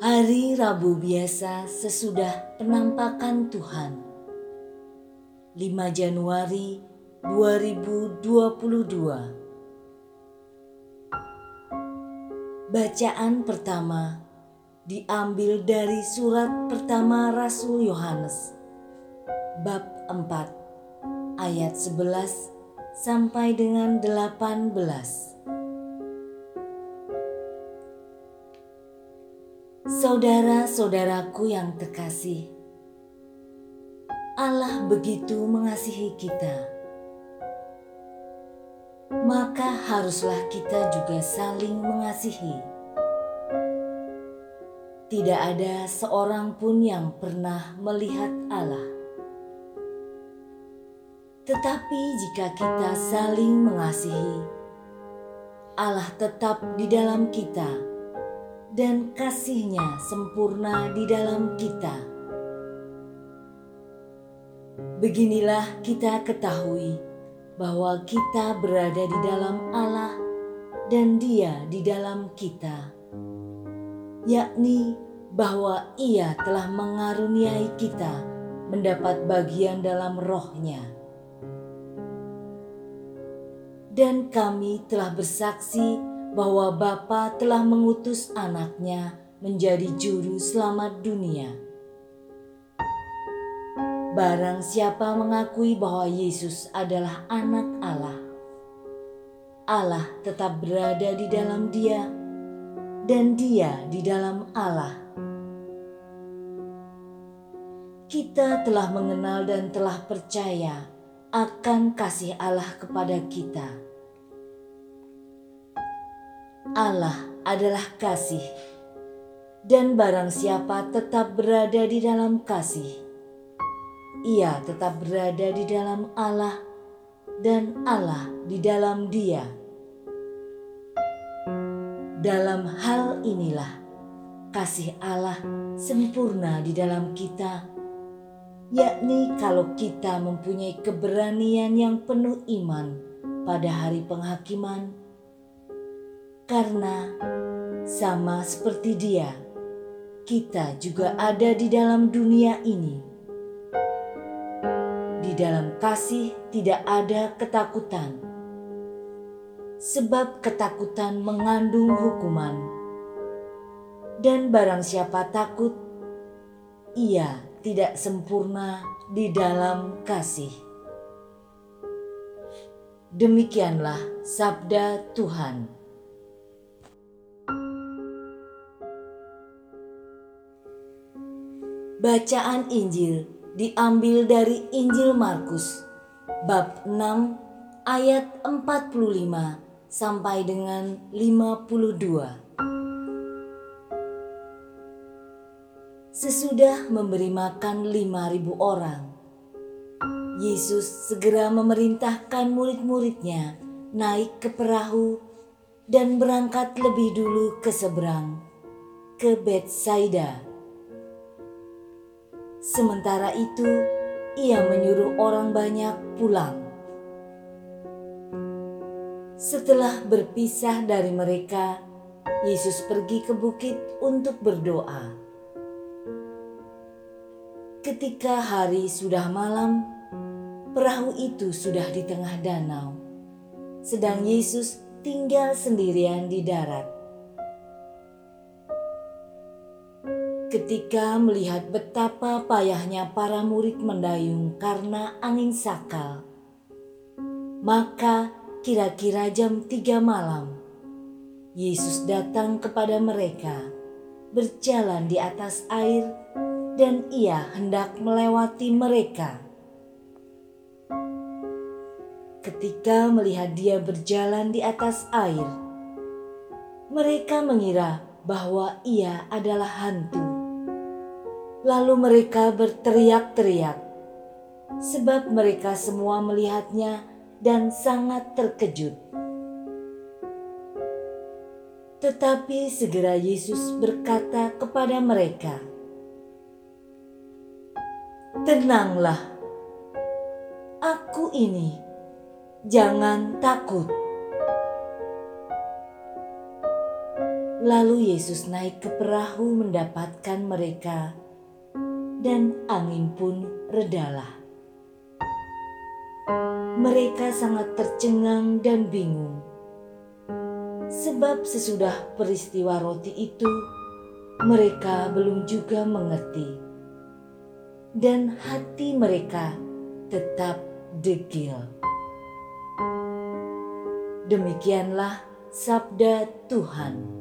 Hari Rabu biasa sesudah penampakan Tuhan. 5 Januari 2022. Bacaan pertama diambil dari surat pertama Rasul Yohanes, bab 4, ayat 11 sampai dengan 18. Saudara-saudaraku yang terkasih, Allah begitu mengasihi kita, maka haruslah kita juga saling mengasihi. Tidak ada seorang pun yang pernah melihat Allah. Tetapi jika kita saling mengasihi, Allah tetap di dalam kita dan kasih-Nya sempurna di dalam kita. Beginilah kita ketahui bahwa kita berada di dalam Allah dan Dia di dalam kita, yakni bahwa Ia telah mengaruniai kita mendapat bagian dalam Roh-Nya. Dan kami telah bersaksi bahwa Bapa telah mengutus Anak-Nya menjadi juru selamat dunia. Barang siapa mengakui bahwa Yesus adalah Anak Allah, Allah tetap berada di dalam Dia dan Dia di dalam Allah. Kita telah mengenal dan telah percaya akan kasih Allah kepada kita. Allah adalah kasih, dan barang siapa tetap berada di dalam kasih, ia tetap berada di dalam Allah dan Allah di dalam Dia. Dalam hal inilah kasih Allah sempurna di dalam kita, yakni kalau kita mempunyai keberanian yang penuh iman pada hari penghakiman, karena sama seperti Dia, kita juga ada di dalam dunia ini. Di dalam kasih tidak ada ketakutan, sebab ketakutan mengandung hukuman. Dan barang siapa takut, ia tidak sempurna di dalam kasih. Demikianlah sabda Tuhan. Bacaan Injil diambil dari Injil Markus, bab 6 ayat 45 sampai dengan 52. Sesudah memberi makan 5.000 orang, Yesus segera memerintahkan murid-muridnya naik ke perahu dan berangkat lebih dulu ke seberang, ke Betsaida. Sementara itu, Ia menyuruh orang banyak pulang. Setelah berpisah dari mereka, Yesus pergi ke bukit untuk berdoa. Ketika hari sudah malam, perahu itu sudah di tengah danau, sedang Yesus tinggal sendirian di darat. Ketika melihat betapa payahnya para murid mendayung karena angin sakal, maka kira-kira jam 3 malam, Yesus datang kepada mereka, berjalan di atas air, dan Ia hendak melewati mereka. Ketika melihat Dia berjalan di atas air, mereka mengira bahwa Ia adalah hantu. Lalu mereka berteriak-teriak, sebab mereka semua melihatnya dan sangat terkejut. Tetapi segera Yesus berkata kepada mereka, "Tenanglah, Aku ini, jangan takut." Lalu Yesus naik ke perahu mendapatkan mereka, dan angin pun redalah. Mereka sangat tercengang dan bingung, sebab sesudah peristiwa roti itu, mereka belum juga mengerti, dan hati mereka tetap degil. Demikianlah sabda Tuhan.